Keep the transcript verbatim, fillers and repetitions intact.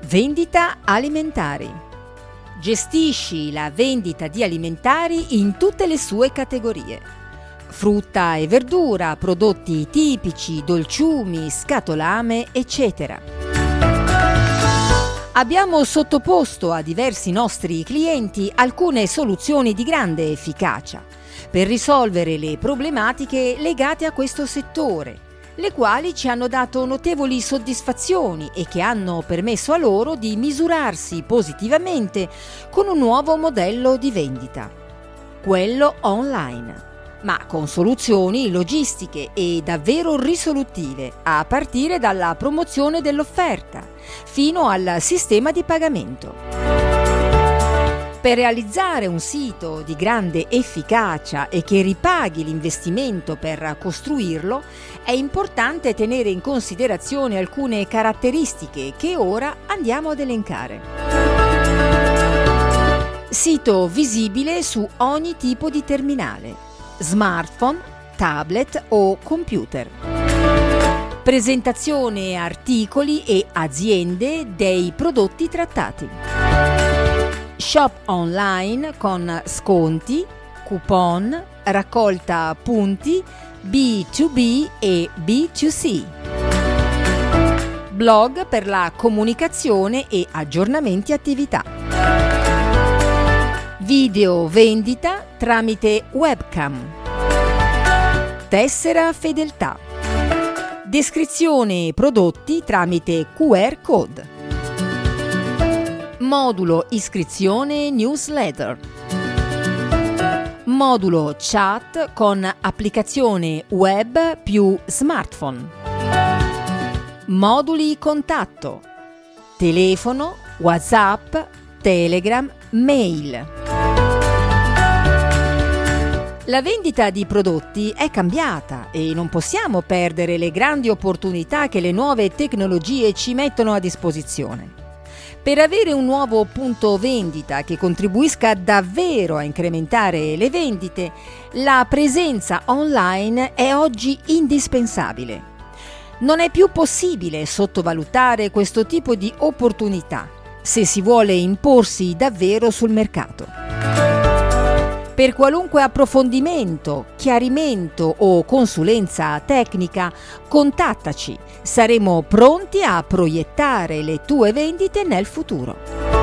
Vendita alimentari. Gestisci la vendita di alimentari in tutte le sue categorie. Frutta e verdura, prodotti tipici, dolciumi, scatolame, eccetera. Abbiamo sottoposto a diversi nostri clienti alcune soluzioni di grande efficacia per risolvere le problematiche legate a questo settore, le quali ci hanno dato notevoli soddisfazioni e che hanno permesso a loro di misurarsi positivamente con un nuovo modello di vendita, quello online, ma con soluzioni logistiche e davvero risolutive, a partire dalla promozione dell'offerta fino al sistema di pagamento. Per realizzare un sito di grande efficacia e che ripaghi l'investimento per costruirlo, è importante tenere in considerazione alcune caratteristiche che ora andiamo ad elencare. Sito visibile su ogni tipo di terminale, smartphone, tablet o computer. Presentazione articoli e aziende dei prodotti trattati. Shop online con sconti, coupon, raccolta punti, B due B e B due C. Blog per la comunicazione e aggiornamenti attività. Video vendita tramite webcam. Tessera fedeltà. Descrizione prodotti tramite Q R code. Modulo iscrizione newsletter. Modulo chat con applicazione web più smartphone. Moduli contatto. Telefono, WhatsApp, Telegram, mail. La vendita di prodotti è cambiata e non possiamo perdere le grandi opportunità che le nuove tecnologie ci mettono a disposizione. Per avere un nuovo punto vendita che contribuisca davvero a incrementare le vendite, la presenza online è oggi indispensabile. Non è più possibile sottovalutare questo tipo di opportunità se si vuole imporsi davvero sul mercato. Per qualunque approfondimento, chiarimento o consulenza tecnica, contattaci. Saremo pronti a proiettare le tue vendite nel futuro.